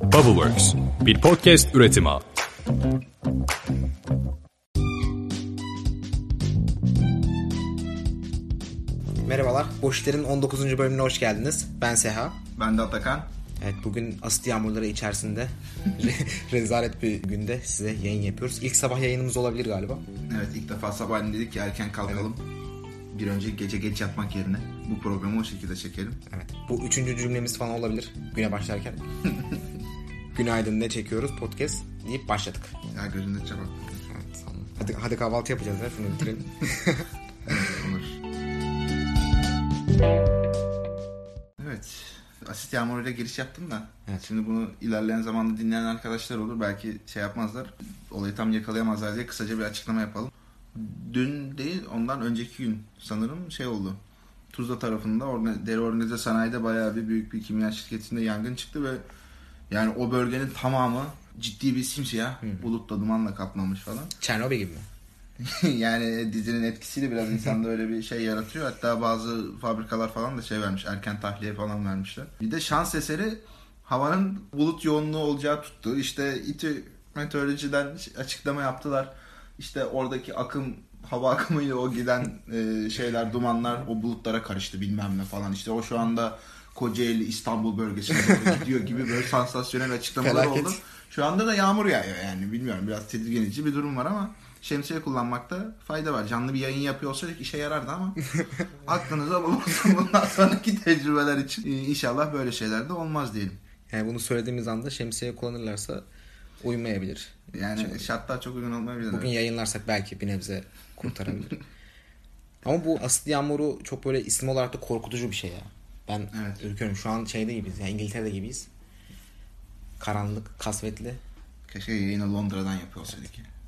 Bubbleworks, bir podcast üretimi. Merhabalar, Boş İşler'in 19. bölümüne hoş geldiniz. Ben Seha. Ben de Atakan. Evet, bugün asit yağmurları içerisinde rezalet bir günde size yayın yapıyoruz. İlk sabah yayınımız olabilir galiba. Evet, ilk defa sabahleyin dedik ki erken kalkalım. Evet. Bir önce gece geç yatmak yerine bu programı o şekilde çekelim. Evet, bu 3. cümlemiz falan olabilir güne başlarken. Günaydın, ne çekiyoruz podcast deyip başladık. Ya gözünde çabuk. Evet, tamam. Hadi kahvaltı yapacağız ya, şunu bitirelim. Olur. Evet, asit yağmuruyla giriş yaptım da. Evet. Şimdi bunu ilerleyen zamanda dinleyen arkadaşlar olur. Belki şey yapmazlar. Olayı tam yakalayamazlar diye kısaca bir açıklama yapalım. Dün değil, ondan önceki gün sanırım şey oldu. Tuzla tarafında deri organize sanayide bayağı bir büyük bir kimya şirketinde yangın çıktı ve yani o bölgenin tamamı ciddi bir simsiyah bulutla, dumanla kaplanmış falan. Çernobil gibi mi? Yani dizinin etkisiyle biraz insanda öyle bir şey yaratıyor. Hatta bazı fabrikalar falan da şey vermiş, erken tahliye falan vermişler. Bir de şans eseri havanın bulut yoğunluğu olacağı tuttu. İşte İTÜ meteorolojiden açıklama yaptılar. İşte oradaki akım, hava akımıyla o giden şeyler, dumanlar o bulutlara karıştı bilmem ne falan. İşte o şu anda Kocaeli, İstanbul bölgesine doğru gidiyor gibi böyle sansasyonel açıklamalar oldu. Şu anda da yağmur yağıyor yani, bilmiyorum, biraz tedirgin edici bir durum var ama şemsiye kullanmakta fayda var. Canlı bir yayın yapıyor olsaydık işe yarardı ama aklınıza bulunsun bundan sonraki tecrübeler için. İnşallah böyle şeyler de olmaz diyelim. Yani bunu söylediğimiz anda şemsiye kullanırlarsa uymayabilir. Yani şartlar çok uygun olmayabilir. Bugün yayınlarsak belki bir nebze kurtarabilir. Ama bu asit yağmuru çok böyle isim olarak da korkutucu bir şey ya. Ben ürküyorum. Şu an şeyde gibiyiz. Yani İngiltere'de gibiyiz. Karanlık, kasvetli. Keşke yayını Londra'dan yapıyor olsaydık.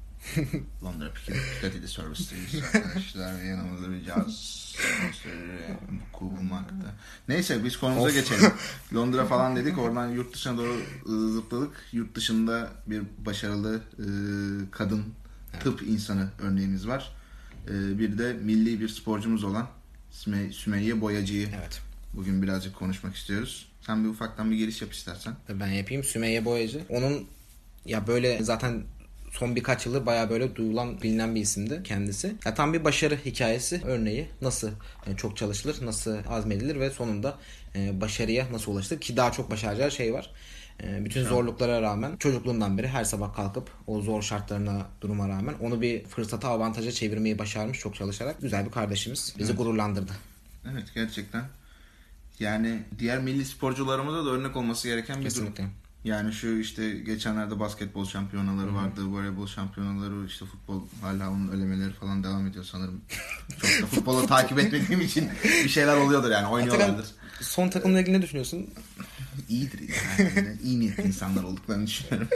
Londra Piccadilly Service'teyiz arkadaşlar. Yanımızda bir caz konseri bulmakta. Neyse, biz konumuza geçelim. Londra falan dedik. Oradan yurt dışına doğru zıpladık. Yurt dışında bir başarılı kadın tıp insanı örneğimiz var. Bir de milli bir sporcumuz olan Sümeyye Boyacı'yı bugün birazcık konuşmak istiyoruz. Sen bir ufaktan bir giriş yap istersen. Ben yapayım. Sümeyye Boyacı. Onun ya böyle zaten son birkaç yıldır bayağı böyle duyulan, bilinen bir isimdi kendisi. Ya tam bir başarı hikayesi örneği. Nasıl çok çalışılır, nasıl azmedilir ve sonunda başarıya nasıl ulaşılır ki daha çok başaracağı şey var. Bütün zorluklara rağmen çocukluğundan beri her sabah kalkıp o zor şartlarına, duruma rağmen onu bir fırsata, avantaja çevirmeyi başarmış çok çalışarak. Güzel bir kardeşimiz. Bizi gururlandırdı. Evet, gerçekten. Yani diğer milli sporcularımıza da örnek olması gereken bir durum. Yani şu işte geçenlerde basketbol şampiyonaları vardı, voleybol şampiyonaları, işte futbol hala onun ölemeleri falan devam ediyor sanırım. Çok da futbolu takip etmediğim için bir şeyler oluyordur yani, oynuyorlardır. Son takımla ilgili ne düşünüyorsun? İyidir yani. İyi niyetli insanlar olduklarını düşünüyorum.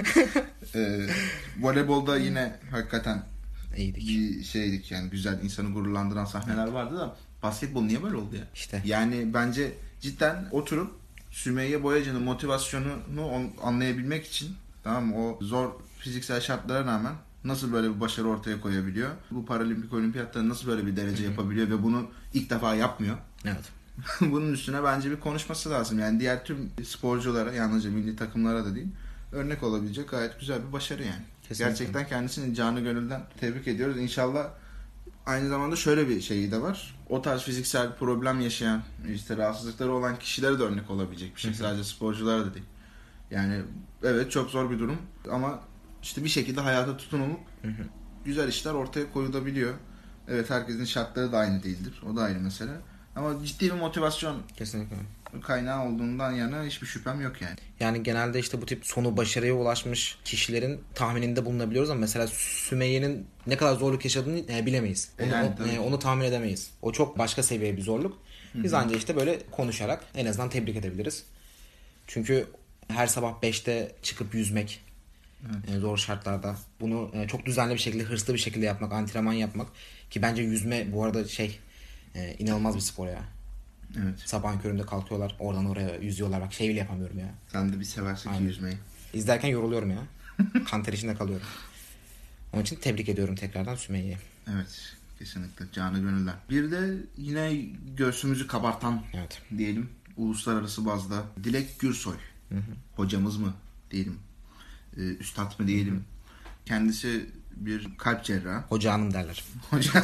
Voleybolda yine hakikaten İyiydik. Bir şeydik yani, güzel, insanı gururlandıran sahneler vardı da basketbol niye böyle oldu ya? İşte. Yani bence cidden oturup Sümeyye Boyacı'nın motivasyonunu anlayabilmek için, tamam mı? O zor fiziksel şartlara rağmen nasıl böyle bir başarı ortaya koyabiliyor? Bu paralimpik olimpiyatlarda nasıl böyle bir derece yapabiliyor ve bunu ilk defa yapmıyor? Evet. Bunun üstüne bence bir konuşması lazım. Yani diğer tüm sporculara, yalnızca milli takımlara da değil, örnek olabilecek gayet güzel bir başarı yani. Kesinlikle. Gerçekten kendisini canı gönülden tebrik ediyoruz. İnşallah aynı zamanda şöyle bir şeyi de var. O tarz fiziksel problem yaşayan, işte rahatsızlıkları olan kişilere de örnek olabilecek bir şey. Sadece sporculara da değil. Yani evet, çok zor bir durum ama işte bir şekilde hayata tutunulup güzel işler ortaya koyulabiliyor. Evet, herkesin şartları da aynı değildir. O da ayrı mesele. Ama ciddi bir motivasyon kesinlikle kaynağı olduğundan yana hiçbir şüphem yok yani. Yani genelde işte bu tip sonu başarıya ulaşmış kişilerin tahmininde bulunabiliyoruz ama mesela Sümeyye'nin ne kadar zorluk yaşadığını bilemeyiz. Onu tahmin edemeyiz. O çok başka seviye bir zorluk. Biz ancak işte böyle konuşarak en azından tebrik edebiliriz. Çünkü her sabah 5'te çıkıp yüzmek zor şartlarda. Bunu çok düzenli bir şekilde, hırslı bir şekilde yapmak, antrenman yapmak ki bence yüzme bu arada inanılmaz bir spor ya. Evet. Sabahın köründe kalkıyorlar, oradan oraya yüzüyorlar. Bak bile yapamıyorum ya. Sen de bir seversin ki yüzmeyi. İzlerken yoruluyorum ya. Kan ter içinde kalıyorum. Onun için tebrik ediyorum tekrardan Sümeyye'yi. Evet, kesinlikle canı gönülden. Bir de yine göğsümüzü kabartan diyelim uluslararası bazda Dilek Gürsoy hocamız mı diyelim, üstad mı diyelim. Kendisi bir kalp cerrahı. Hoca hanım derler. Hoca.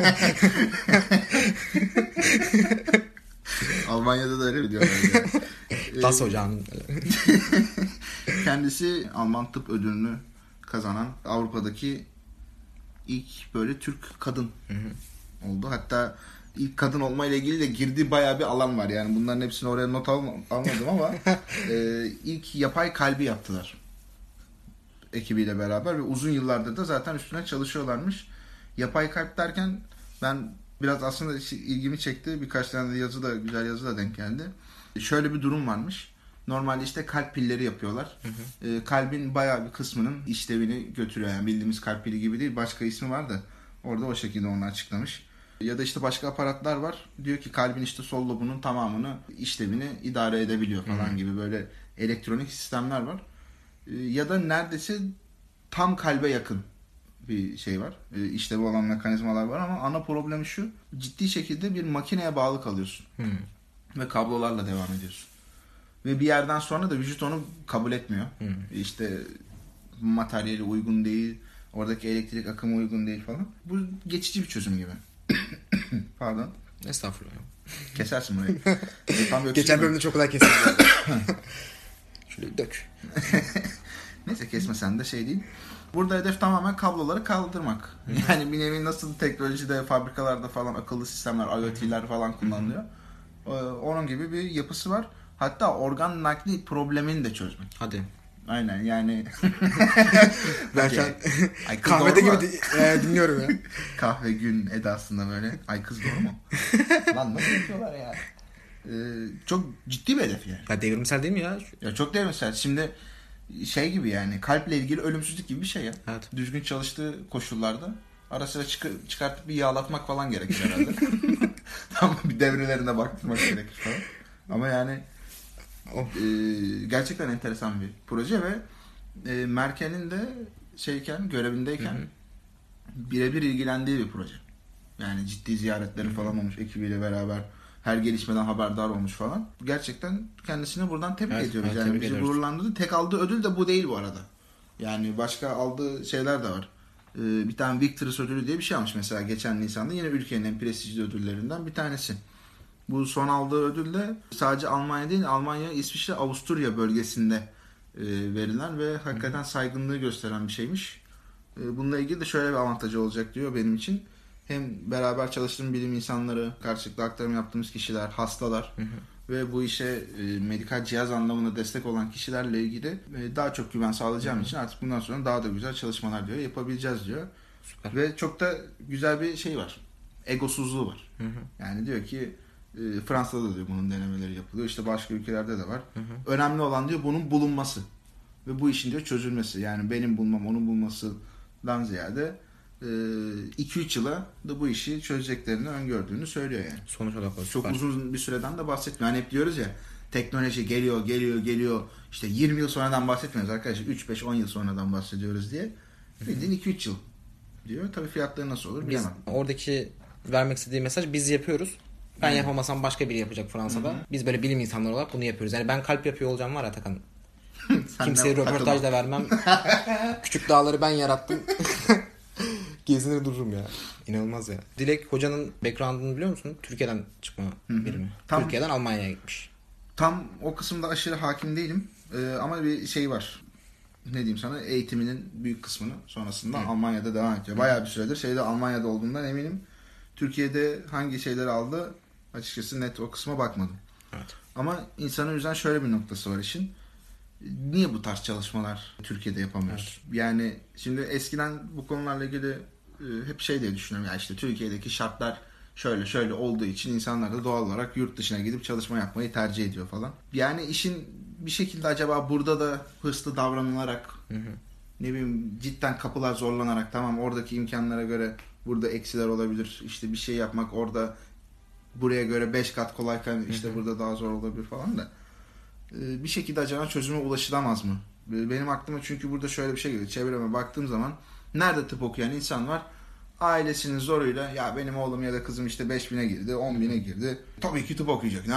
Almanya'da da öyle diyorlar. Yani. Das hoca hanım derler. Kendisi Alman tıp ödülünü kazanan Avrupa'daki ilk böyle Türk kadın oldu. Hatta ilk kadın olma ile ilgili de girdiği bayağı bir alan var. Yani bunların hepsini oraya not almadım ama ilk yapay kalbi yaptılar ekibiyle beraber ve uzun yıllardır da zaten üstüne çalışıyorlarmış. Yapay kalp derken ben biraz aslında ilgimi çekti. Birkaç tane de yazı da, güzel yazı da denk geldi. Şöyle bir durum varmış. Normalde işte kalp pilleri yapıyorlar. Kalbin bayağı bir kısmının işlevini götürüyor. Yani bildiğimiz kalp pili gibi değil. Başka ismi var da orada o şekilde onu açıklamış. Ya da işte başka aparatlar var. Diyor ki kalbin işte sol lobunun tamamını, işlevini idare edebiliyor falan gibi böyle elektronik sistemler var. Ya da neredeyse tam kalbe yakın bir şey var. İşlevi olan mekanizmalar var ama ana problemi şu. Ciddi şekilde bir makineye bağlı kalıyorsun. Ve kablolarla devam ediyorsun. Ve bir yerden sonra da vücut onu kabul etmiyor. İşte materyali uygun değil, oradaki elektrik akımı uygun değil falan. Bu geçici bir çözüm gibi. Pardon. Estağfurullah. Kesersin burayı. Tam Geçen bölümde çok kolay kesildi. Şöyle dök. Neyse kesmesen de şey değil. Burada hedef tamamen kabloları kaldırmak. Yani bir nevi nasıl teknolojide, fabrikalarda falan akıllı sistemler, IoT'ler falan kullanılıyor. Onun gibi bir yapısı var. Hatta organ nakli problemini de çözmek. Hadi. Aynen yani. Ben şu an kahvede gibi dinliyorum ya. Kahve gün edasında böyle. Ay kız doğru mu? Lan nasıl yapıyorlar ya? Çok ciddi bir hedef yani. Ya devrimsel değil mi ya? Ya çok devrimsel. Şimdi şey gibi yani kalple ilgili ölümsüzlük gibi bir şey ya. Evet. Düzgün çalıştığı koşullarda ara sıra çıkartıp bir yağlatmak falan gerekir herhalde. Tamam, bir devrelerine baktırmak gerekir falan. Ama yani gerçekten enteresan bir proje ve Merkel'in de görevindeyken birebir ilgilendiği bir proje. Yani ciddi ziyaretleri falan olmuş ekibiyle beraber. Her gelişmeden haberdar olmuş falan. Gerçekten kendisine buradan tebrik ediyoruz. Evet, yani bizi gururlandırdı. Tek aldığı ödül de bu değil bu arada. Yani başka aldığı şeyler de var. Bir tane Victories ödülü diye bir şey almış mesela geçen Nisan'da. Yine ülkenin en prestijli ödüllerinden bir tanesi. Bu son aldığı ödül de sadece Almanya değil, Almanya, İsviçre, Avusturya bölgesinde verilen ve hakikaten saygınlığı gösteren bir şeymiş. Bununla ilgili de şöyle bir avantajı olacak diyor benim için. Hem beraber çalıştığım bilim insanları, karşılıklı aktarım yaptığımız kişiler, hastalar ve bu işe medikal cihaz anlamında destek olan kişilerle ilgili daha çok güven sağlayacağım için artık bundan sonra daha da güzel çalışmalar diyor, yapabileceğiz diyor. Süper. Ve çok da güzel bir şey var. Egosuzluğu var. Yani diyor ki Fransa'da da diyor bunun denemeleri yapılıyor. İşte başka ülkelerde de var. Önemli olan diyor bunun bulunması. Ve bu işin diyor çözülmesi. Yani benim bulmam, onun bulmasından ziyade 2-3 yıla da bu işi çözeceklerini öngördüğünü söylüyor yani. Sonuç odaklı. Çok uzun bir süreden de bahsetmiyor. Hani hep diyoruz ya teknoloji geliyor. İşte 20 yıl sonradan bahsetmiyoruz arkadaşlar. 3-5-10 yıl sonradan bahsediyoruz diye. Bildiğin 2-3 yıl diyor. Tabii fiyatları nasıl olur bilemem. Oradaki vermek istediği mesaj biz yapıyoruz. Ben yapamasam başka biri yapacak Fransa'da. Biz böyle bilim insanları olarak bunu yapıyoruz. Yani ben kalp yapıyor olacağım var ya Atakan. Kimseye röportaj da vermem. Küçük dağları ben yarattım. Gezinir dururum ya. İnanılmaz ya. Dilek hocanın background'ını biliyor musun? Türkiye'den çıkma biri mi? Türkiye'den Almanya'ya gitmiş. Tam o kısımda aşırı hakim değilim. Ama bir şey var. Ne diyeyim sana? Eğitiminin büyük kısmını sonrasında Almanya'da devam ediyor. Bayağı bir süredir Almanya'da olduğundan eminim. Türkiye'de hangi şeyleri aldı açıkçası net o kısma bakmadım. Evet. Ama insanı üzen şöyle bir noktası var işin. Niye bu tarz çalışmalar Türkiye'de yapamıyoruz? Evet. Yani şimdi eskiden bu konularla ilgili hep şey diye düşünüyorum. Ya işte Türkiye'deki şartlar şöyle olduğu için insanlar da doğal olarak yurt dışına gidip çalışma yapmayı tercih ediyor falan. Yani işin bir şekilde acaba burada da hırslı davranılarak ne bileyim cidden kapılar zorlanarak tamam oradaki imkanlara göre burada eksiler olabilir. İşte bir şey yapmak orada buraya göre 5 kat kolayken işte burada daha zor olabilir falan da. Bir şekilde acaba çözüme ulaşılamaz mı? Benim aklıma çünkü burada şöyle bir şey geliyor. Çevreme baktığım zaman nerede tıp okuyan insan var? Ailesinin zoruyla ya benim oğlum ya da kızım işte 5.000'e girdi, 10.000'e girdi. Tabii ki tıp okuyacak. Ne yapacak?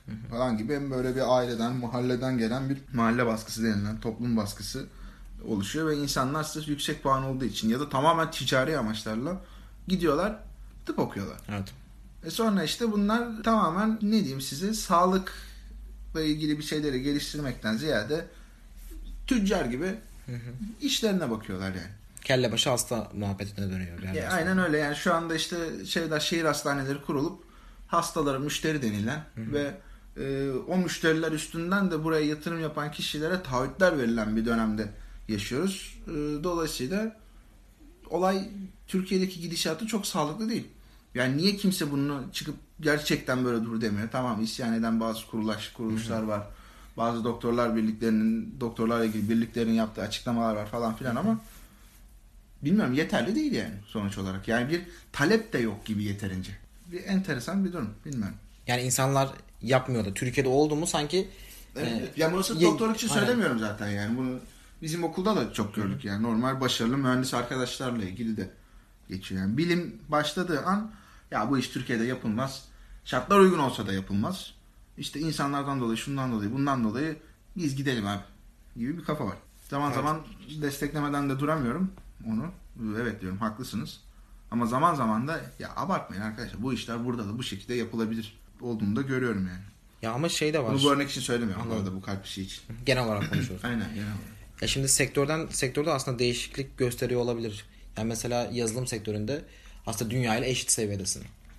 falan gibi, hem böyle bir aileden, mahalleden gelen bir mahalle baskısı denilen toplum baskısı oluşuyor ve insanlar sırf yüksek puan olduğu için ya da tamamen ticari amaçlarla gidiyorlar, tıp okuyorlar. Evet. Sonra işte bunlar tamamen ne diyeyim size, sağlıkla ilgili bir şeyleri geliştirmekten ziyade tüccar gibi işlerine bakıyorlar yani. Kelle başı hasta muhabbetine dönüyor. Aynen öyle yani, şu anda işte şehir hastaneleri kurulup hastalara müşteri denilen ve o müşteriler üstünden de buraya yatırım yapan kişilere taahhütler verilen bir dönemde yaşıyoruz. Dolayısıyla olay, Türkiye'deki gidişatı çok sağlıklı değil. Yani niye kimse bunu çıkıp gerçekten böyle dur demiyor? Tamam, isyan eden bazı kuruluşlar var. Bazı doktorlarla ilgili birliklerin yaptığı açıklamalar var falan filan ama bilmiyorum, yeterli değil yani sonuç olarak. Yani bir talep de yok gibi yeterince. Bir enteresan bir durum, bilmiyorum. Yani insanlar yapmıyor da Türkiye'de oldu mu sanki ya burası doktorluk için söylemiyorum zaten yani. Bunu bizim okulda da çok gördük yani. Normal başarılı mühendis arkadaşlarla ilgili de geçiyor. Yani bilim başladığı an ya bu iş Türkiye'de yapılmaz. Şartlar uygun olsa da yapılmaz. İşte insanlardan dolayı, şundan dolayı, bundan dolayı biz gidelim abi gibi bir kafa var. Zaman desteklemeden de duramıyorum onu. Evet diyorum, haklısınız. Ama zaman da ya abartmayın arkadaşlar. Bu işler burada da bu şekilde yapılabilir olduğunu da görüyorum yani. Ya ama şey de var. Bunu bu örnek için söylemiyorum. Bu arada bu kalp işi için. Genel olarak konuşuyoruz. Aynen, genel olarak. Ya şimdi sektörde aslında değişiklik gösteriyor olabilir. Yani mesela yazılım sektöründe aslında dünya ile eşit seviyedesin.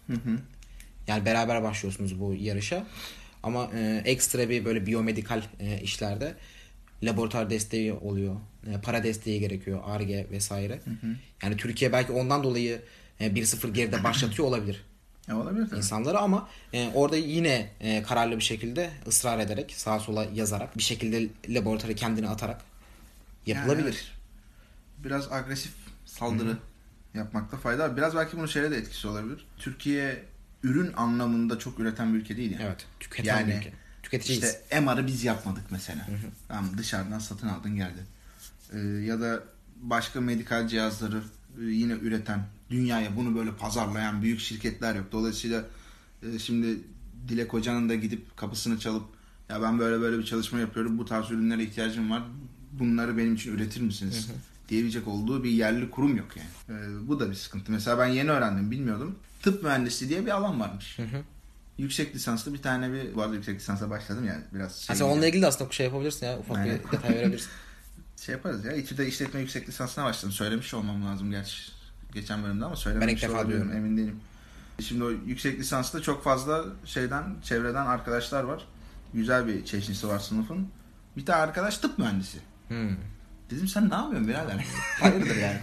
Yani beraber başlıyorsunuz bu yarışa. Ama ekstra bir böyle biyomedikal işlerde laboratuvar desteği oluyor. Para desteği gerekiyor. Ar-Ge vesaire. Yani Türkiye belki ondan dolayı 1-0 geride başlatıyor olabilir. Olabilir tabii. İnsanları ama orada yine kararlı bir şekilde ısrar ederek, sağa sola yazarak, bir şekilde laboratuvarı kendini atarak yapılabilir. Yani evet. Biraz agresif saldırı yapmakta fayda var. Biraz belki bunun şöyle de etkisi olabilir. Türkiye ürün anlamında çok üreten bir ülke değil yani. Evet. Tüketen bir ülke. Tüketiciyiz. İşte MR'ı biz yapmadık mesela. Tamam, dışarıdan satın aldın geldi. Ya da başka medikal cihazları yine üreten, dünyaya bunu böyle pazarlayan büyük şirketler yok. Dolayısıyla şimdi Dilek Hoca'nın da gidip kapısını çalıp ya ben böyle bir çalışma yapıyorum, bu tarz ürünlere ihtiyacım var, bunları benim için üretir misiniz diyebilecek olduğu bir yerli kurum yok yani. Bu da bir sıkıntı. Mesela ben yeni öğrendim, bilmiyordum. Tıp mühendisliği diye bir alan varmış. Yüksek lisanslı bir tane bu arada yüksek lisansa başladım yani biraz. Sen onunla ilgili de aslında şey yapabilirsin ya, ufak bir detay verebilirsin. Şey yaparız ya. İTÜ'de işletme yüksek lisansına başladım. Söylemiş olmam lazım gerçi geçen bölümde ama söylememiş olabilirim, emin değilim. Şimdi o yüksek lisansta çok fazla çevreden arkadaşlar var. Güzel bir çeşnisi var sınıfın. Bir tane arkadaş tıp mühendisi. Dedim sen ne yapıyorsun birader? Hayırdır yani.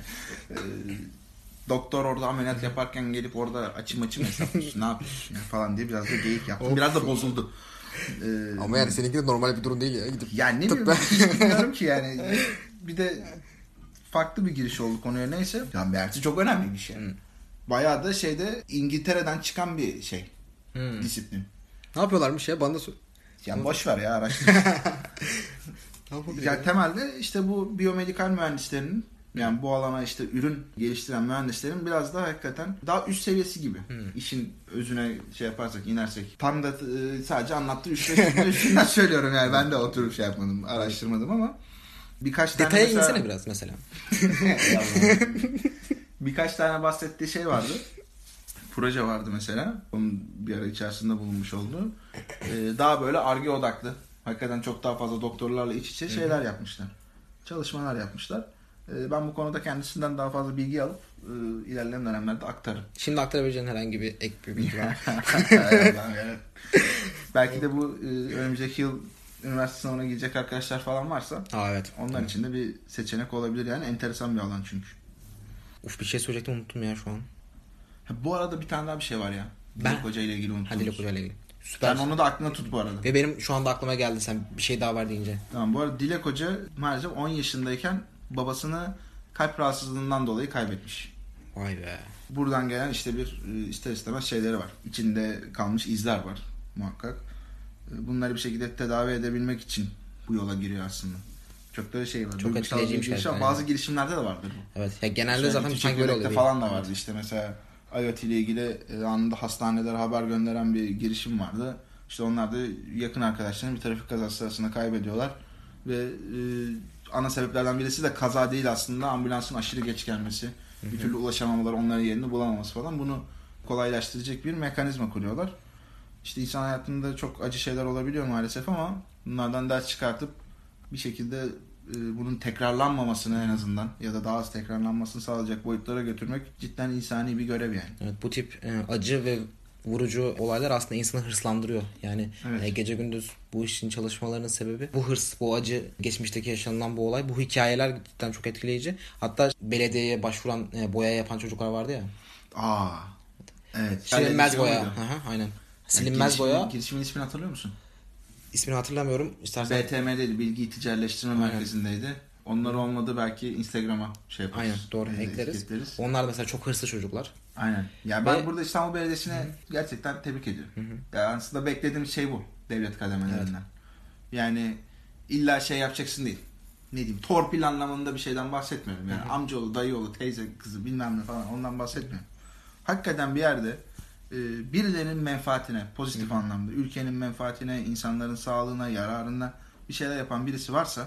Doktor orada ameliyat yaparken gelip orada açım hesaplıyorsun. Ne yapıyorsun falan diye biraz da geyik yaptım. Biraz da bozuldu. Ama yani seninki de normal bir durum değil ya. Yani ne bileyim, hiç bilmiyorum ki yani. Bir de farklı bir giriş oldu konuya, neyse. Ya meğerse çok önemli bir şey. Bayağı da İngiltere'den çıkan bir disiplin. Ne yapıyorlarmış ya, bana da sor. Ya boş ver ya, araştır. Ya temelde işte bu biyomedikal mühendislerinin, yani bu alana işte ürün geliştiren mühendislerin biraz daha hakikaten daha üst seviyesi gibi. İşin özüne yaparsak, inersek. Tam da sadece anlattığı üstünden söylüyorum yani, ben de oturup yapmadım, araştırmadım ama birkaç tane detaya insene biraz mesela. Birkaç tane bahsettiği şey vardı. Proje vardı mesela. Onun bir ara içerisinde bulunmuş olduğu. Daha böyle Ar-Ge odaklı. Hakikaten çok daha fazla doktorlarla iç içe şeyler yapmışlar. Çalışmalar yapmışlar. Ben bu konuda kendisinden daha fazla bilgi alıp ilerleyen dönemlerde aktarırım. Şimdi aktarabileceğin herhangi bir ek bir bilgi var. Evet. Belki de bu önümüzdeki yıl üniversite sınavına girecek arkadaşlar falan varsa evet. Onlar için de bir seçenek olabilir yani. Enteresan bir alan çünkü. Bir şey söyleyecektim, unuttum ya şu an. Bu arada bir tane daha bir şey var ya. Dilek Hoca ile ilgili unuttum. Dilek Hoca ile ilgili. Süper. Sen onu da aklına tut bu arada. Ve benim şu anda aklıma geldi sen bir şey daha var deyince. Tamam, bu arada Dilek Hoca maalesef 10 yaşındayken babasını kalp rahatsızlığından dolayı kaybetmiş. Vay be. Buradan gelen işte bir ister istemez şeyleri var. İçinde kalmış izler var muhakkak. Bunları bir şekilde tedavi edebilmek için bu yola giriyor aslında. Çok da şey var. Çok etkileyici bir şey. Bazı girişimlerde de vardır bu. Evet. Ya genelde zaten sanki böyle oluyor. Falan da vardı işte mesela IoT ile ilgili anında hastanelere haber gönderen bir girişim vardı. İşte onlar da yakın arkadaşlarını bir trafik kazası sırasında kaybediyorlar. Ve ana sebeplerden birisi de kaza değil aslında, ambulansın aşırı geç gelmesi. Bir türlü ulaşamamaları, onların yerini bulamaması falan. Bunu kolaylaştıracak bir mekanizma kuruyorlar. İşte insan hayatında çok acı şeyler olabiliyor maalesef ama bunlardan ders çıkartıp bir şekilde bunun tekrarlanmamasını en azından ya da daha az tekrarlanmasını sağlayacak boyutlara götürmek cidden insani bir görev yani. Evet, bu tip acı ve vurucu olaylar aslında insanı hırslandırıyor. Yani evet. Gece gündüz bu işin çalışmalarının sebebi bu hırs, bu acı, geçmişteki yaşanılan bu olay, bu hikayeler cidden çok etkileyici. Hatta belediyeye başvuran, boya yapan çocuklar vardı ya. Evet. Silinmez boya. Aynen. Silinmez boya. Girişimin ismini hatırlıyor musun? İsmini hatırlamıyorum. İstersen... BTM'deydi. Bilgi Ticaretleştirme Merkezi'ndeydi. Onlar olmadı, belki Instagram'a şey yaparız. Aynen, doğru, ekleriz. Onlar mesela çok hırslı çocuklar. Aynen. Yani ben burada İstanbul Belediyesi'ne gerçekten tebrik ediyorum. Yani aslında beklediğim şey bu devlet kademelerinden. Evet. Yani illa şey yapacaksın değil. Ne diyeyim? Torpil anlamında bir şeyden bahsetmiyorum. Yani amcaoğlu, dayıoğlu, teyze kızı bilmem ne falan, ondan bahsetmiyorum. Hakikaten bir yerde birilerinin menfaatine, pozitif anlamda, ülkenin menfaatine, insanların sağlığına, yararına bir şeyler yapan birisi varsa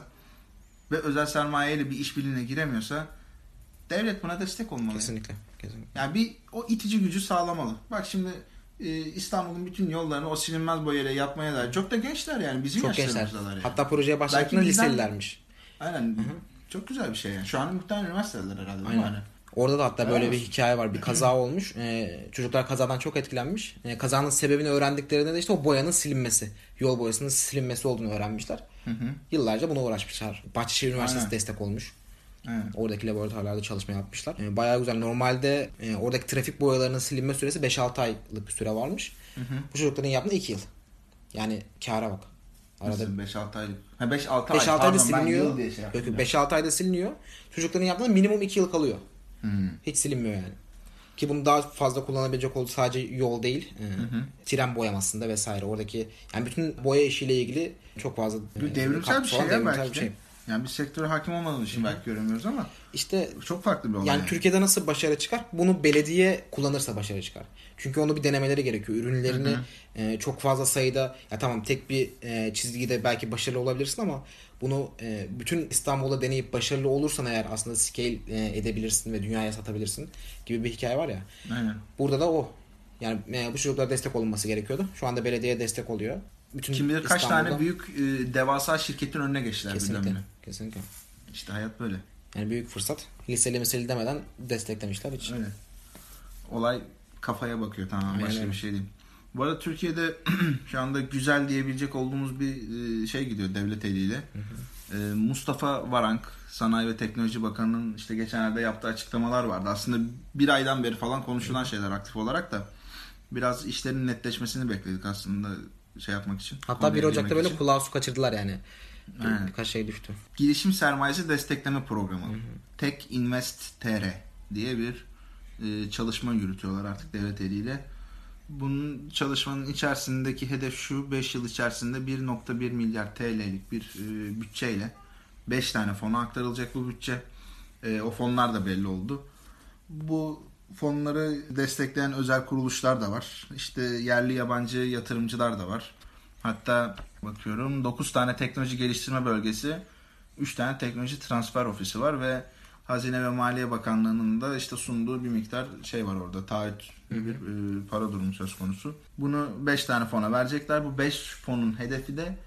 ve özel sermayeyle bir işbirliğine giremiyorsa devlet buna destek olmalı. Kesinlikle. Yani bir o itici gücü sağlamalı. Bak şimdi İstanbul'un bütün yollarını o silinmez boyayla yapmaya dair çok da gençler yani. Bizim çok yaşlarımızdalar yani. Hatta projeye başladığında liselilermiş. Aynen. Hı-hı. Çok güzel bir şey yani. Şu an muhtemelen üniversiteler herhalde. Aynen. Yani. Orada da hatta böyle bir hikaye var. Bir kaza olmuş. Çocuklar kazadan çok etkilenmiş. Kazanın sebebini öğrendiklerinde de işte o boyanın silinmesi. Yol boyasının silinmesi olduğunu öğrenmişler. Yıllarca buna uğraşmışlar. Bahçeşehir Üniversitesi destek olmuş. Oradaki laboratuvarlarda çalışma yapmışlar. Bayağı güzel. Normalde oradaki trafik boyalarının silinme süresi 5-6 aylık bir süre varmış. Bu çocukların yaptığı 2 yıl. Yani kâra bak. Arada 5-6 aylık. 5-6 ayda siliniyor. 5-6 ayda siliniyor. Çocukların yaptığı minimum 2 yıl kalıyor. Hiç silinmiyor yani. Ki bunu daha fazla kullanabilecek olduğu sadece yol değil. Tren boyamasında vesaire. Oradaki yani bütün boya işiyle ilgili çok fazla devrimsel bir şey ya belki de. Yani bir sektöre hakim olmadığımız için belki göremiyoruz ama işte çok farklı bir olay. Yani Türkiye'de nasıl başarı çıkar? Bunu belediye kullanırsa başarı çıkar. Çünkü onu bir denemeleri gerekiyor. Ürünlerini çok fazla sayıda, ya tamam tek bir çizgide belki başarılı olabilirsin ama bunu bütün İstanbul'da deneyip başarılı olursan eğer aslında scale edebilirsin ve dünyaya satabilirsin gibi bir hikaye var ya. Aynen. Burada da o. Yani bu çocuklara destek olunması gerekiyordu. Şu anda belediye destek oluyor. Bütün kim bilir kaç tane büyük devasa şirketin önüne geçtiler. Kesinlikle. İşte hayat böyle. Yani büyük fırsat. Liseli meseli demeden desteklemişler hiç. Öyle. Olay kafaya bakıyor, tamam, başka bir şey değil. Bu arada Türkiye'de şu anda güzel diyebilecek olduğumuz bir şey gidiyor devlet eliyle. Mustafa Varank, Sanayi ve Teknoloji Bakanı'nın işte geçenlerde yaptığı açıklamalar vardı. Aslında bir aydan beri falan konuşulan şeyler aktif olarak da biraz işlerin netleşmesini bekledik aslında şey yapmak için. Hatta 1 Ocak'ta böyle kulağı su kaçırdılar yani. Birkaç şey düştü. Girişim sermayesi destekleme programı. Tek Invest TR diye bir çalışma yürütüyorlar artık devlet eliyle. Bunun çalışmanın içerisindeki hedef şu: 5 yıl içerisinde 1.1 milyar TL'lik bir bütçeyle 5 tane fona aktarılacak bu bütçe. O fonlar da belli oldu. Bu fonları destekleyen özel kuruluşlar da var. İşte yerli yabancı yatırımcılar da var. Hatta bakıyorum 9 tane teknoloji geliştirme bölgesi, 3 tane teknoloji transfer ofisi var ve Hazine ve Maliye Bakanlığı'nın da işte sunduğu bir miktar şey var orada. Taahhüt bir para durumu söz konusu. Bunu 5 tane fona verecekler. Bu 5 fonun hedefi de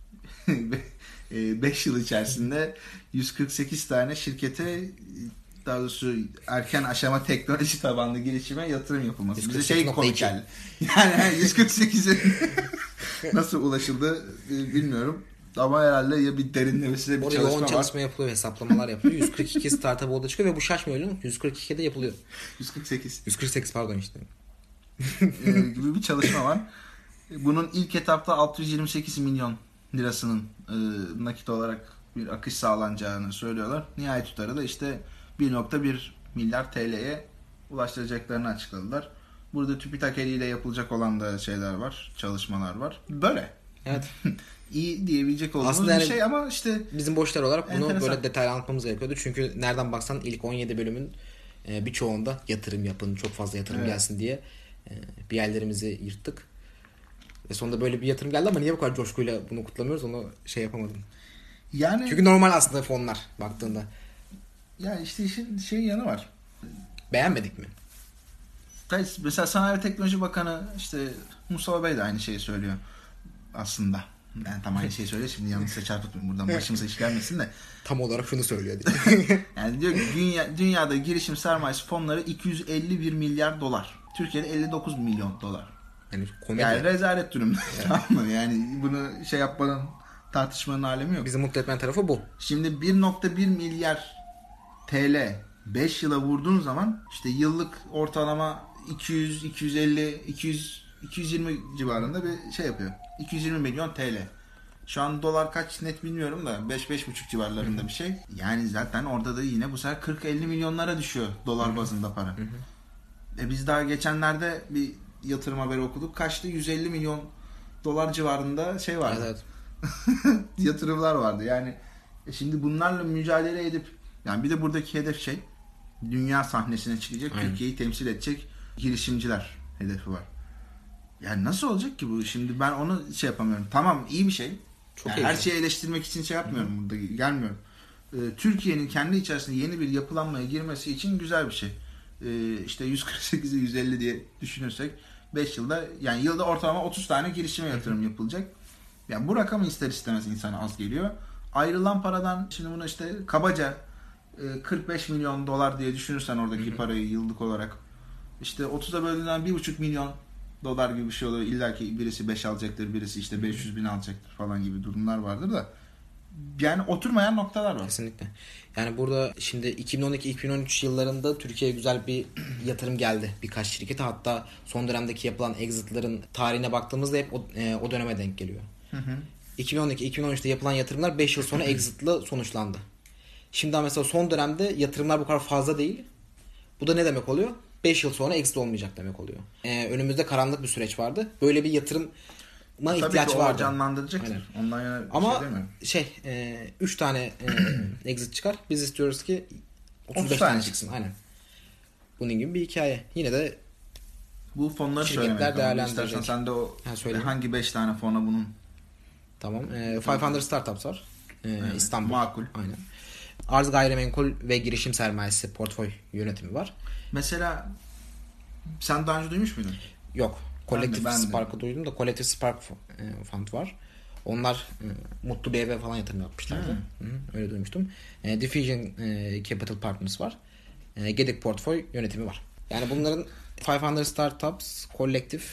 5 yıl içerisinde 148 tane şirkete, daha doğrusu erken aşama teknoloji tabanlı girişime yatırım yapılması. Bize şey komik geldi. Yani 148'e nasıl ulaşıldı bilmiyorum. Ama herhalde ya bir derinlemesine bir çalışma var. Yoğun çalışma yapılıyor, hesaplamalar yapılıyor. 142 startup orada çıkıyor ve bu şaşmıyor öyle mi? 142'de yapılıyor. 148 pardon işte. Gibi bir çalışma var. Bunun ilk etapta 628 milyon lirasının nakit olarak bir akış sağlanacağını söylüyorlar. Nihai tutarı da işte 1.1 milyar TL'ye ulaştıracaklarını açıkladılar. Burada TÜBİTAK eliyle yapılacak olan da şeyler var, çalışmalar var. Böyle. Evet. İyi diyebilecek olduğumuz bir şey ama işte bizim boşlar olarak bunu böyle detaylı anlatmamız gerekiyordu. Çünkü nereden baksan ilk 17 bölümün birçoğunda yatırım yapın, çok fazla yatırım gelsin diye bir yerlerimizi yırttık. Ve sonunda böyle bir yatırım geldi ama niye bu kadar coşkuyla bunu kutlamıyoruz onu şey yapamadım. Yani çünkü normal aslında fonlar baktığında. Ya işte işin yanı var. Beğenmedik mi? Mesela Sanayi ve Teknoloji Bakanı işte Mustafa Bey de aynı şeyi söylüyor aslında. Yani tam aynı şeyi söylüyor. Şimdi yanlışla çarpıtmayayım. Buradan başımıza iş gelmesin de. Tam olarak şunu söylüyor diye. Yani diyor ki dünyada girişim sermayesi fonları 251 milyar dolar. Türkiye'de 59 milyon dolar. Yani komedi. Yani rezalet durum. Tamam mı? Yani bunu şey yapmanın, tartışmanın alemi yok. Bizi mutlu etmeyen tarafı bu. Şimdi 1.1 milyar TL 5 yıla vurduğun zaman işte yıllık ortalama 200, 250, 200, 220 civarında bir şey yapıyor. 220 milyon TL. Şu an dolar kaç net bilmiyorum da 5-5,5 civarlarında bir şey. Yani zaten orada da yine bu sefer 40-50 milyonlara düşüyor dolar bazında para. Biz daha geçenlerde bir yatırım haberi okuduk. Kaçtı? 150 milyon dolar civarında şey vardı. Evet. Yatırımlar vardı. Yani şimdi bunlarla mücadele edip yani bir de buradaki hedef şey dünya sahnesine çıkacak, aynen, Türkiye'yi temsil edecek girişimciler hedefi var. Yani nasıl olacak ki bu? Şimdi ben onu şey yapamıyorum. Tamam iyi bir şey. Çok Yani iyi her bir şeyi eleştirmek için şey yapmıyorum burada. Gelmiyorum. Türkiye'nin kendi içerisinde yeni bir yapılanmaya girmesi için güzel bir şey. İşte 148'e 150 diye düşünürsek 5 yılda yani yılda ortalama 30 tane girişime yatırım yapılacak. Yani bu rakamı ister istemez insana az geliyor. Ayrılan paradan şimdi bunu işte kabaca 45 milyon dolar diye düşünürsen oradaki parayı yıllık olarak işte 30'a böldüğünden 1,5 milyon dolar gibi bir şey oluyor. İlla ki birisi 5 alacaktır, birisi işte 500 bin alacaktır falan gibi durumlar vardır da yani oturmayan noktalar var. Kesinlikle. Yani burada şimdi 2012-2013 yıllarında Türkiye'ye güzel bir yatırım geldi birkaç şirkete. Hatta son dönemdeki yapılan exit'ların tarihine baktığımızda hep o döneme denk geliyor. 2012-2013'te yapılan yatırımlar 5 yıl sonra exit'la sonuçlandı. Şimdi mesela son dönemde yatırımlar bu kadar fazla değil. Bu da ne demek oluyor? 5 yıl sonra exit olmayacak demek oluyor. Önümüzde karanlık bir süreç vardı. Böyle bir yatırım ihtiyaç vardı. Canlandıracaktır. Ondan yana ama şey demiyorum. 3 tane exit çıkar. Biz istiyoruz ki 35 tane çıksın. Aynen. Bunun gibi bir hikaye. Yine de bu fonları şirketler değerlendirecek. İstersen sen de o hangi 5 tane fona bunun? Tamam. 500 Startups var. İstanbul. Makul. Aynen. Arz gayrimenkul ve girişim sermayesi portföy yönetimi var. Mesela sen daha önce duymuş muydun? Yok. Collective Spark'ı duydum da Collective Spark Fund var. Onlar Mutlu bir eve falan yatırım yapmışlardı. Öyle duymuştum. Diffusion Capital Partners var. Gedik portföy yönetimi var. Yani bunların 500 Startups, Collective,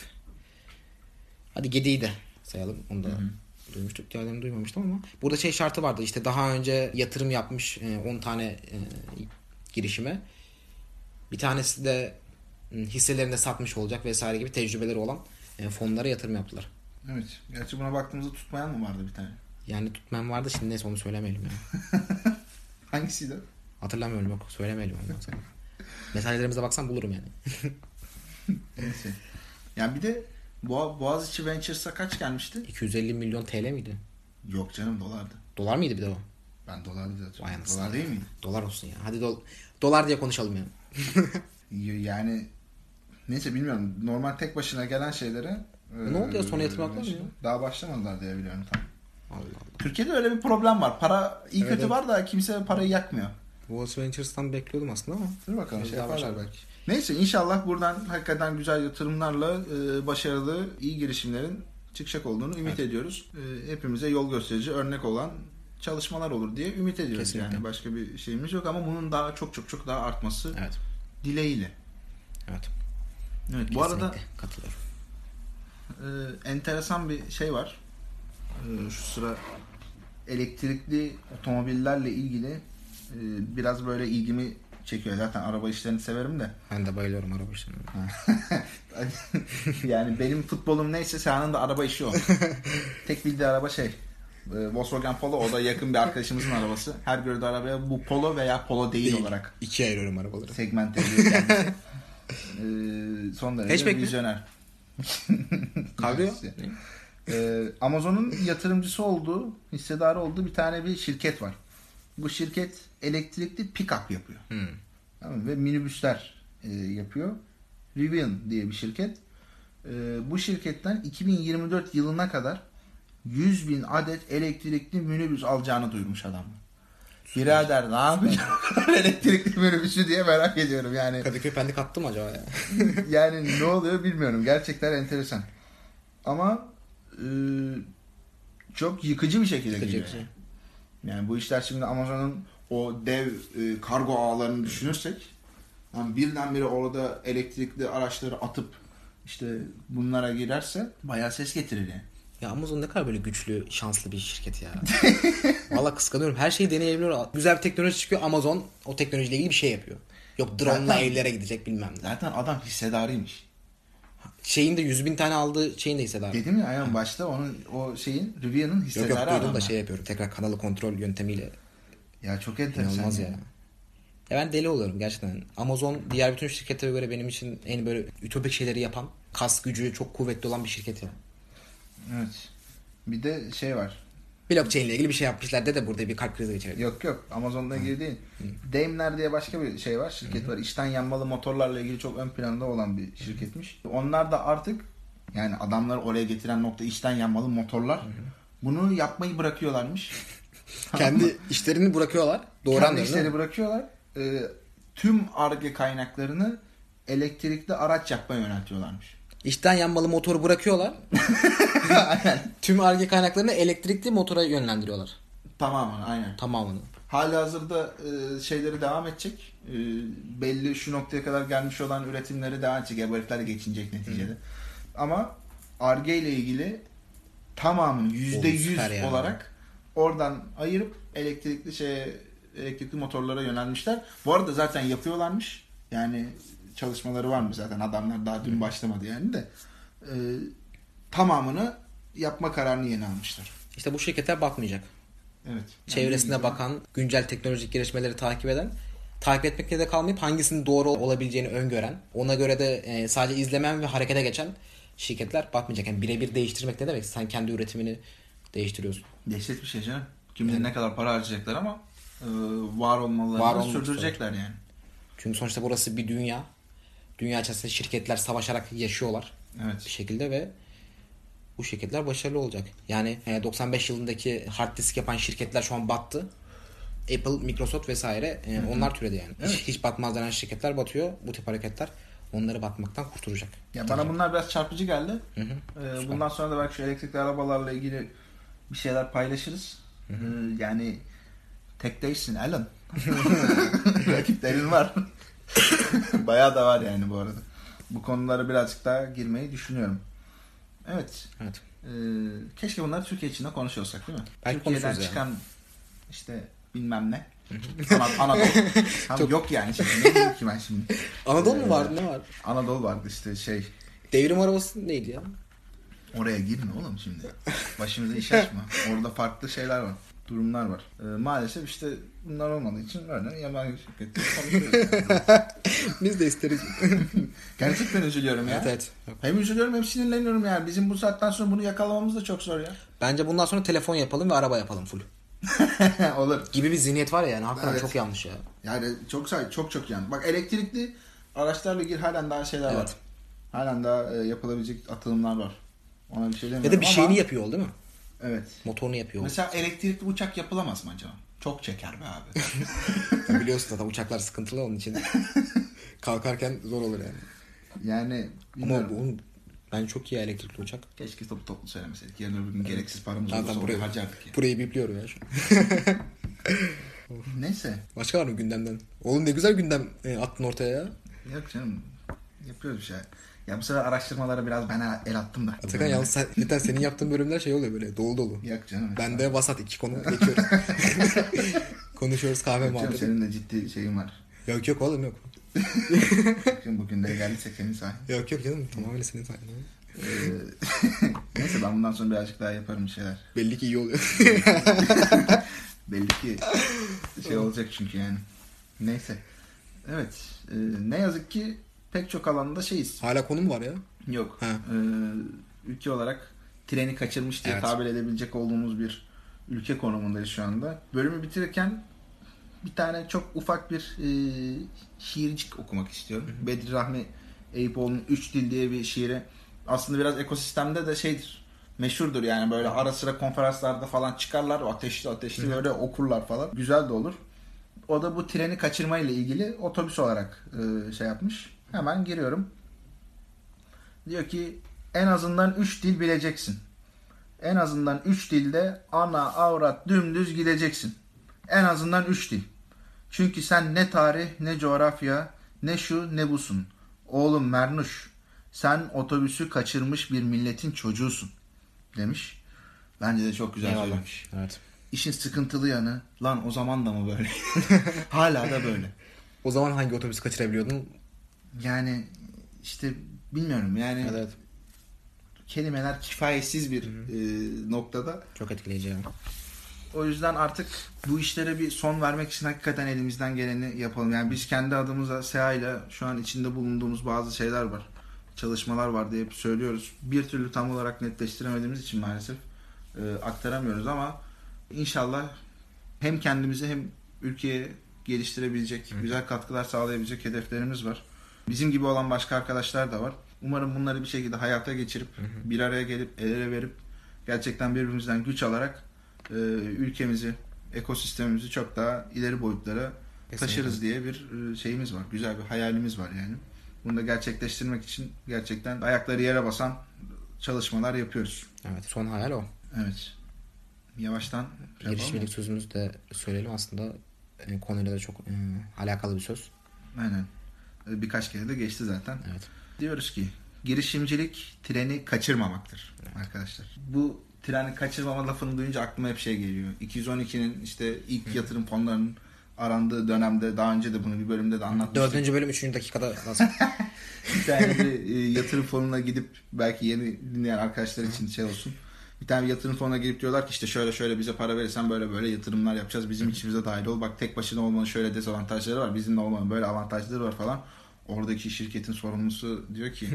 hadi Gedik'i de sayalım. Onu da duymuştuk. Diğerlerini duymamıştım ama burada şey şartı vardı. İşte daha önce yatırım yapmış 10 tane girişime. Bir tanesi de hisselerini de satmış olacak vesaire gibi tecrübeleri olan fonlara yatırım yaptılar. Evet. Gerçi buna baktığımızda tutmayan mı vardı bir tane? Yani tutmayan vardı. Şimdi neyse onu söylemeyelim yani. Hangisiydi? Hatırlamıyorum, yok. Söylemeyelim onu. Mesajlarımıza baksan bulurum yani. Neyse. Yani bir de Boğaziçi Ventures'a kaç gelmişti? 250 milyon TL miydi? Yok canım, dolardı. Dolar mıydı bir de o? Ben dolardı zaten. Vay anasını. Dolar değil miydi? Dolar olsun ya. Hadi dolar diye konuşalım yani. Yani neyse bilmiyorum. Normal tek başına gelen şeylere ne oldu ya, sonra yatırım yaptılar mı ya? Daha başlamadılar diye biliyorum tam. Allah Allah. Türkiye'de öyle bir problem var. Para iyi kötü var da kimse parayı yakmıyor. Boğaziçi Ventures'tan bekliyordum aslında ama. Dur bakalım şey yaparlar başladım. belki. Neyse inşallah buradan hakikaten güzel yatırımlarla başarılı, iyi girişimlerin çıkacak olduğunu ümit ediyoruz. Hepimize yol gösterici, örnek olan çalışmalar olur diye ümit ediyoruz. Kesinlikle. Yani başka bir şeyimiz yok ama bunun daha çok daha artması dileğiyle. Evet. Evet, bu arada katılıyorum. Enteresan bir şey var. Şu sıra elektrikli otomobillerle ilgili biraz böyle ilgimi çekiyor. Zaten araba işlerini severim de. Ben de bayılıyorum araba işlerine. Yani benim futbolum neyse Seha'nın da araba işi o. Tek bildiği araba Volkswagen Polo, o da yakın bir arkadaşımızın arabası. Her gördüğü arabaya bu Polo veya Polo değil olarak İkiye ayırıyorum arabaları. segmente ediyor kendisi. Son derece vizyoner. Kavga. Amazon'un yatırımcısı olduğu, hissedarı olduğu bir şirket var. Bu şirket elektrikli pick-up yapıyor. Tamam, ve minibüsler yapıyor. Rivian diye bir şirket. Bu şirketten 2024 yılına kadar 100.000 adet elektrikli minibüs alacağını duyurmuş adam. Birader ne yapacağım elektrikli minibüsü diye merak ediyorum yani. Kadıköy Pendik attı mı acaba ya? Yani ne oluyor bilmiyorum. Gerçekten enteresan. Ama çok yıkıcı bir şekilde gidiyor. Şey. Yani bu işler şimdi Amazon'un o dev kargo ağlarını düşünürsek yani birdenbire orada elektrikli araçları atıp işte bunlara girerse bayağı ses getirir yani. Ya Amazon ne kadar böyle güçlü, şanslı bir şirket ya. Valla kıskanıyorum. Her şeyi deneyebiliyor. Güzel bir teknoloji çıkıyor. Amazon o teknolojiyle ilgili bir şey yapıyor. Yok drone'la evlere gidecek bilmem ne. Zaten adam hissedarıymış. Şeyin de 100.000 tane aldığı şeyin de hissedarı. Dedim ya aynen başta onun o şeyin Rivian'ın hissedarı yok duydum adam. da şey yapıyorum. Tekrar kanalı kontrol yöntemiyle. Ya çok enteresan. İnanılmaz ya. Ya ben deli oluyorum gerçekten. Amazon diğer bütün şirketlere göre benim için en böyle ütopik şeyleri yapan, kas gücü çok kuvvetli olan bir şirket ya. Evet. Bir de şey var. Blockchain ile ilgili bir şey yapmışlar de burada bir kalp krizi geçirdi. Yok Amazon'la ilgili değil. Daimler diye başka bir şey var. Şirket var. İçten yanmalı motorlarla ilgili çok ön planda olan bir şirketmiş. Onlar da artık yani adamları oraya getiren nokta içten yanmalı motorlar. Bunu yapmayı bırakıyorlarmış. Kendi işlerini bırakıyorlar. Doğru Kendi işleri bırakıyorlar. Tüm Ar-Ge kaynaklarını elektrikli araç yapmaya yöneltiyorlarmış. İçten yanmalı motoru bırakıyorlar. Aynen. Tüm Ar-Ge kaynaklarını elektrikli motora yönlendiriyorlar. Tamamen aynen. Tamamını. Halihazırda şeyleri devam edecek. Belli şu noktaya kadar gelmiş olan üretimleri devam edecek. Ya bu herifler geçinecek neticede. Ama Ar-Ge ile ilgili tamamını %100 olarak oradan ayırıp elektrikli motorlara yönelmişler. Bu arada zaten yapıyorlarmış. Yani çalışmaları varmış zaten. Adamlar daha dün başlamadı yani de. Tamamını yapma kararını yeni almışlar. İşte bu şirketler bakmayacak. Evet. Çevresine bakan, güncel teknolojik gelişmeleri takip eden, takip etmekle de kalmayıp hangisinin doğru olabileceğini öngören, ona göre de sadece izlemen ve harekete geçen şirketler bakmayacak. Yani birebir değiştirmek ne demek? Sen kendi üretimini değiştiriyorsun. Dehşet bir şey canım. Kim bilir ne kadar para harcayacaklar ama var olmalarını sürdürecekler yani. Çünkü sonuçta burası bir dünya. Dünya içerisinde şirketler savaşarak yaşıyorlar. Evet. Bir şekilde ve bu şirketler başarılı olacak. Yani 95 yılındaki hard disk yapan şirketler şu an battı. Apple, Microsoft vesaire onlar türedi yani. Evet. Hiç batmaz denen şirketler batıyor. Bu tip hareketler onları batmaktan kurtaracak. Ya bana bunlar biraz çarpıcı geldi. Bundan sonra da belki şu elektrikli arabalarla ilgili bir şeyler paylaşırız. Yani tek değilsin Alan. Rakiplerin var. Bayağı da var yani bu arada. Bu konulara birazcık daha girmeyi düşünüyorum. Evet. Keşke bunları Türkiye içinde konuşuyorsak değil mi? Belki Türkiye'den çıkan yani. işte bilmem ne. Anadolu. Tam yok yani şimdi. Ne diyeyim ki ben şimdi? Anadolu mu vardı? Ne var? Anadolu vardı işte şey. Devrim arabası neydi ya? Oraya girme oğlum şimdi. Başımıza iş açma. Orada farklı şeyler var. Durumlar var. Maalesef işte bunlar olmadığı için böyle yabancı şirketler konuşuyoruz. Biz de isteriz. Gerçekten üzülüyorum ya. Evet. Hem üzülüyorum hem sinirleniyorum yani. Bizim bu saatten sonra bunu yakalamamız da çok zor ya. Bence bundan sonra telefon yapalım ve araba yapalım full. Olur. Gibi bir zihniyet var ya yani hakikaten Evet. çok yanlış ya. Yani çok yanlış. Bak elektrikli araçlarla ilgili halen daha şeyler var. Halen daha yapılabilecek atılımlar var. Ona bir şey demiyorum Ya da bir şeyini ama... yapıyor oldu değil mi? Evet. Motorunu yapıyor. Mesela elektrikli uçak yapılamaz mı acaba? Çok çeker be abi. Ya biliyorsun zaten uçaklar sıkıntılı onun için. Kalkarken zor olur yani. Yani ama bu bence çok iyi elektrikli uçak. Keşke toplu söylemeseydik. Yarın öbür gün gereksiz paramız olursa zaten burayı harcardık ya. Burayı bipliyorum ya şu Neyse. Başka var mı gündemden? Oğlum ne güzel gündem attın ortaya ya. Yok canım. Yapıyoruz bir şey. Ya bu sefer araştırmalara biraz ben el attım da. Atakan yalnız cidden senin yaptığın bölümler şey oluyor böyle dolu dolu. Yok canım. Ben de vasat 2 konu geçiyoruz. Konuşuyoruz kahve muhabbeti. Senin de ciddi şeyin var. Yok oğlum yok. Şimdi bugün de geldiysek senin sahin. Yok canım tamamen senin sahin. Neyse ben bundan sonra birazcık daha yaparım bir şeyler. Belli ki iyi oluyor. Belli ki şey olacak çünkü yani. Neyse. Evet. Ne yazık ki pek çok alanda şeyiz. Hala konu mu var ya? Yok. Ülke olarak treni kaçırmış diye tabir edebilecek olduğumuz bir ülke konumundayız şu anda. Bölümü bitirirken bir tane çok ufak bir şiircik okumak istiyorum. Bedri Rahmi Eyüpoğlu'nun 3 Dil diye bir şiiri aslında biraz ekosistemde de şeydir. Meşhurdur yani, böyle ara sıra konferanslarda falan çıkarlar. Ateşli böyle okurlar falan. Güzel de olur. O da bu treni kaçırma ile ilgili otobüs olarak şey yapmış. Hemen giriyorum. Diyor ki en azından 3 dil bileceksin. En azından 3 dilde ana avrat dümdüz gideceksin. En azından 3 dil. Çünkü sen ne tarih, ne coğrafya, ne şu ne busun. Oğlum Mernuş, sen otobüsü kaçırmış bir milletin çocuğusun demiş. Bence de çok güzel söylemiş. Evet. İşin sıkıntılı yanı, lan o zaman da mı böyle? Hala da böyle. O zaman hangi otobüsü kaçırabiliyordun? Yani işte bilmiyorum yani. Evet. Kelimeler kifayetsiz bir noktada. Çok etkileyici yani. O yüzden artık bu işlere bir son vermek için hakikaten elimizden geleni yapalım. Yani biz kendi adımıza SEA ile şu an içinde bulunduğumuz bazı şeyler var. Çalışmalar var diye hep söylüyoruz. Bir türlü tam olarak netleştiremediğimiz için maalesef aktaramıyoruz ama inşallah hem kendimizi hem ülkeye geliştirebilecek, güzel katkılar sağlayabilecek hedeflerimiz var. Bizim gibi olan başka arkadaşlar da var. Umarım bunları bir şekilde hayata geçirip bir araya gelip el ele verip gerçekten birbirimizden güç alarak ülkemizi, ekosistemimizi çok daha ileri boyutlara taşırız diye bir şeyimiz var. Güzel bir hayalimiz var yani. Bunu da gerçekleştirmek için gerçekten ayakları yere basan çalışmalar yapıyoruz. Evet, son hayal o. Evet. Yavaştan girişimcilik sözümüzü de söyleyelim, aslında konuyla da çok alakalı bir söz. Aynen. Birkaç kere de geçti zaten. Evet. Diyoruz ki girişimcilik treni kaçırmamaktır arkadaşlar. Bu treni kaçırmama lafını duyunca aklıma hep şey geliyor. 212'nin işte ilk yatırım fonlarının arandığı dönemde, daha önce de bunu bir bölümde de anlatmıştık. 4. bölüm 3. dakikada nasıl? Bir tane yatırım fonuna gidip, belki yeni dinleyen arkadaşlar için şey olsun. Bir tane yatırım fonuna girip diyorlar ki işte şöyle bize para verirsen böyle yatırımlar yapacağız. Bizim içimize dahil ol. Bak tek başına olmanın şöyle dezavantajları var. Bizimle olmanın böyle avantajları var falan. Oradaki şirketin sorumlusu diyor ki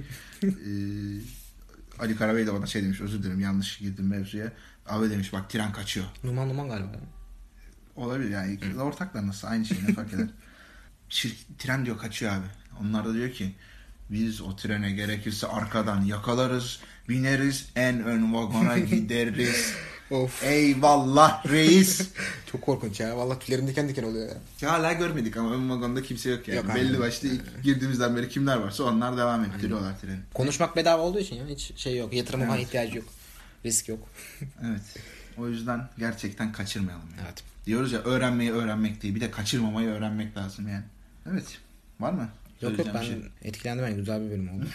Ali Karabey de bana şey demiş, özür dilerim yanlış girdim mevzuya. Abi demiş bak tren kaçıyor. Numan galiba. Olabilir yani. Ortaklar nasıl aynı şey, ne fark eder. Tren diyor kaçıyor abi. Onlar da diyor ki biz o trene gerekirse arkadan yakalarız, bineriz, en ön vagona gideriz. Of. Eyvallah reis. Çok korkunç ya. Vallahi tüylerim diken diken oluyor ya. Ya hala görmedik ama ön vagonda kimse yok yani. Yok, belli başlı ilk girdiğimizden beri kimler varsa onlar devam ettiriyorlar treni. Konuşmak bedava olduğu için ya hiç şey yok. Yatırıma ihtiyacı yok. Risk yok. Evet. O yüzden gerçekten kaçırmayalım. Yani. Evet. Diyoruz ya, öğrenmeyi öğrenmek değil. Bir de kaçırmamayı öğrenmek lazım yani. Evet. Var mı? Yok ben etkilendim yani. Güzel bir bölüm oldu.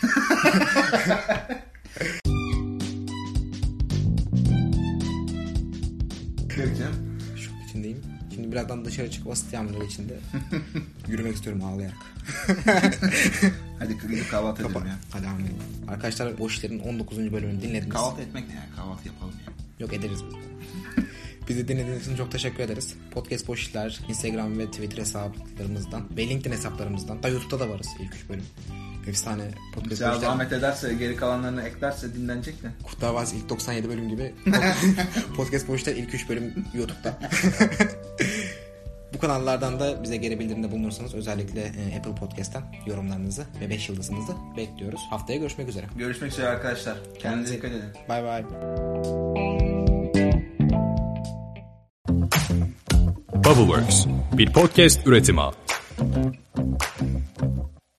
Şok içindeyim. Şimdi birazdan dışarı çıkıp asit yağmurları içinde yürümek istiyorum ağlayarak. Hadi gidip kahvaltı edelim ya. Hadi anlayalım. Arkadaşlar Boş İşler'in 19. bölümünü dinlediniz. Kahvaltı etmek ne ya? Kahvaltı yapalım ya. Yok, ederiz biz. Bizi dinlediğiniz için çok teşekkür ederiz. Podcast Boş İşler Instagram ve Twitter hesaplarımızdan ve LinkedIn hesaplarımızdan da YouTube'da da varız ilk 3 bölüm. Efsane Podcast Boş İşler. Zahmet ederse, geri kalanlarını eklerse dinlenecek de. Kurtlar Vadisi ilk 97 bölüm gibi Podcast Boş İşler ilk 3 bölüm YouTube'da. Bu kanallardan da bize geri bildirimde bulunursanız özellikle Apple Podcast'ten yorumlarınızı ve 5 yıldızınızı bekliyoruz. Haftaya görüşmek üzere. Görüşmek üzere arkadaşlar. Kendinize dikkat edin. Bye bye. Bubbleworks bir podcast üretimi.